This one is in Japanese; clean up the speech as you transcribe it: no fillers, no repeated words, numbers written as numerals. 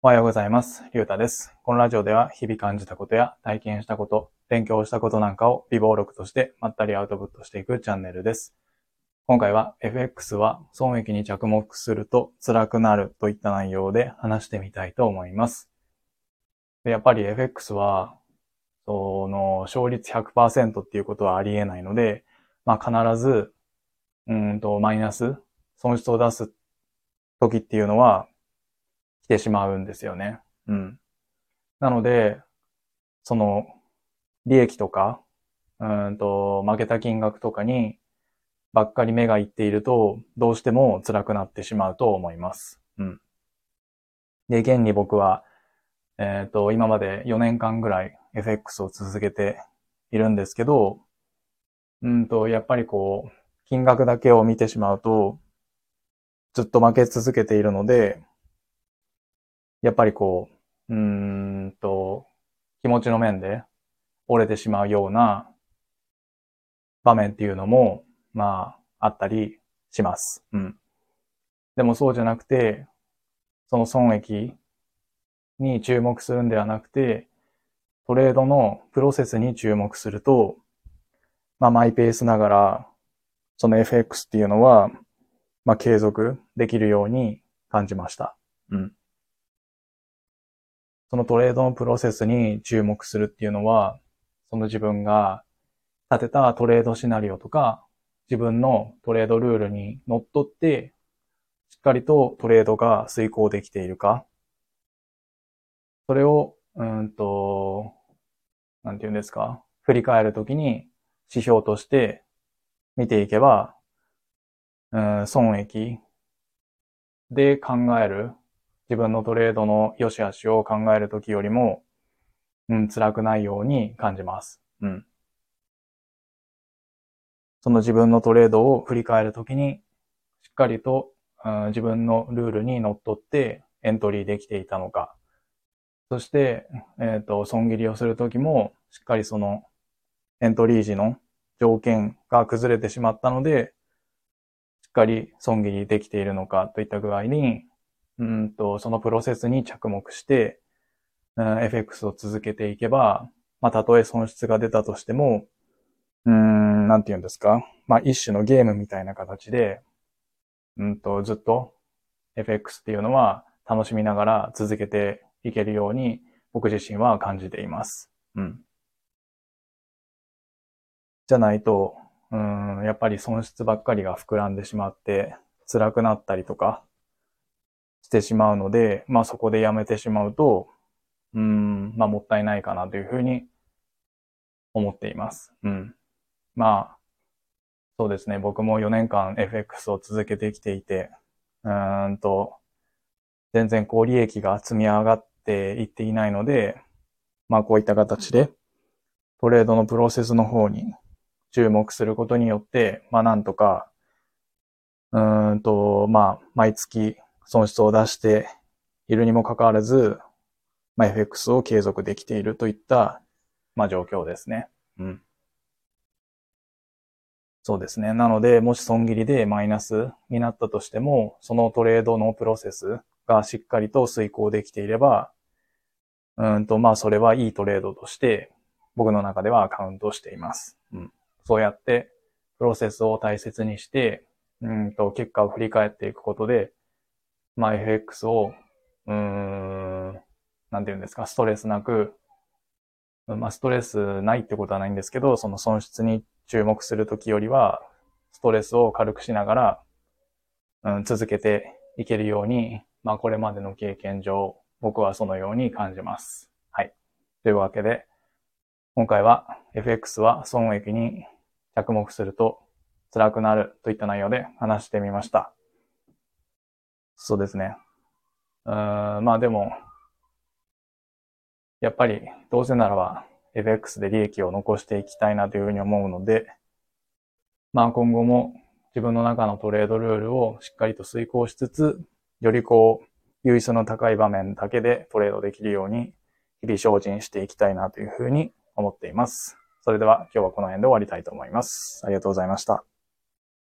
おはようございます。りゅうたです。このラジオでは日々感じたことや体験したこと、勉強したことなんかを微暴録としてまったりアウトプットしていくチャンネルです。今回は FX は損益に着目すると辛くなるといった内容で話してみたいと思います。やっぱり FX は勝率 100% っていうことはありえないので、必ずマイナス損失を出す時っていうのは来てしまうんですよね。なので、その利益とか、負けた金額とかにばっかり目がいっていると、どうしても辛くなってしまうと思います。で、現に僕は、今まで4年間ぐらい FX を続けているんですけど、やっぱり金額だけを見てしまうと、ずっと負け続けているので、やっぱり気持ちの面で折れてしまうような場面っていうのも、あったりします。でもそうじゃなくて、その損益に注目するんではなくて、トレードのプロセスに注目すると、マイペースながら、その FX っていうのは、継続できるように感じました。そのトレードのプロセスに注目するっていうのは、その自分が立てたトレードシナリオとか、自分のトレードルールにのっとって、しっかりとトレードが遂行できているか、それを、なんていうんですか、振り返るときに指標として見ていけば、損益で考える、自分のトレードの良し悪しを考えるときよりも、辛くないように感じます。その自分のトレードを振り返るときに、しっかりと、自分のルールにのっとってエントリーできていたのか。そして、損切りをするときも、しっかりそのエントリー時の条件が崩れてしまったので、しっかり損切りできているのかといった具合に、そのプロセスに着目して、FX を続けていけば、たとえ損失が出たとしても、なんて言うんですか。一種のゲームみたいな形で、ずっと FX っていうのは楽しみながら続けていけるように僕自身は感じています。じゃないと、やっぱり損失ばっかりが膨らんでしまって辛くなったりとかしてしまうので、そこでやめてしまうと、もったいないかなというふうに思っています。まあ、そうですね。僕も4年間 FX を続けてきていて、うーんと、全然利益が積み上がっていっていないので、こういった形でトレードのプロセスの方に注目することによって、なんとか、毎月損失を出しているにもかかわらず、FX を継続できているといった、状況ですね。そうですね。なので、もし損切りでマイナスになったとしても、そのトレードのプロセスがしっかりと遂行できていれば、それはいいトレードとして、僕の中ではカウントしています。そうやって、プロセスを大切にして、結果を振り返っていくことで、FX を、なんて言うんですか、ストレスなく、ストレスないってことはないんですけど、その損失に注目するときよりは、ストレスを軽くしながら、続けていけるように、これまでの経験上、僕はそのように感じます。はい。というわけで、今回は FX は損益に着目すると辛くなるといった内容で話してみました。そうですね。でも、やっぱりどうせならば FX で利益を残していきたいなというふうに思うので、今後も自分の中のトレードルールをしっかりと遂行しつつ、より優位性の高い場面だけでトレードできるように日々精進していきたいなというふうに思っています。それでは今日はこの辺で終わりたいと思います。ありがとうございました。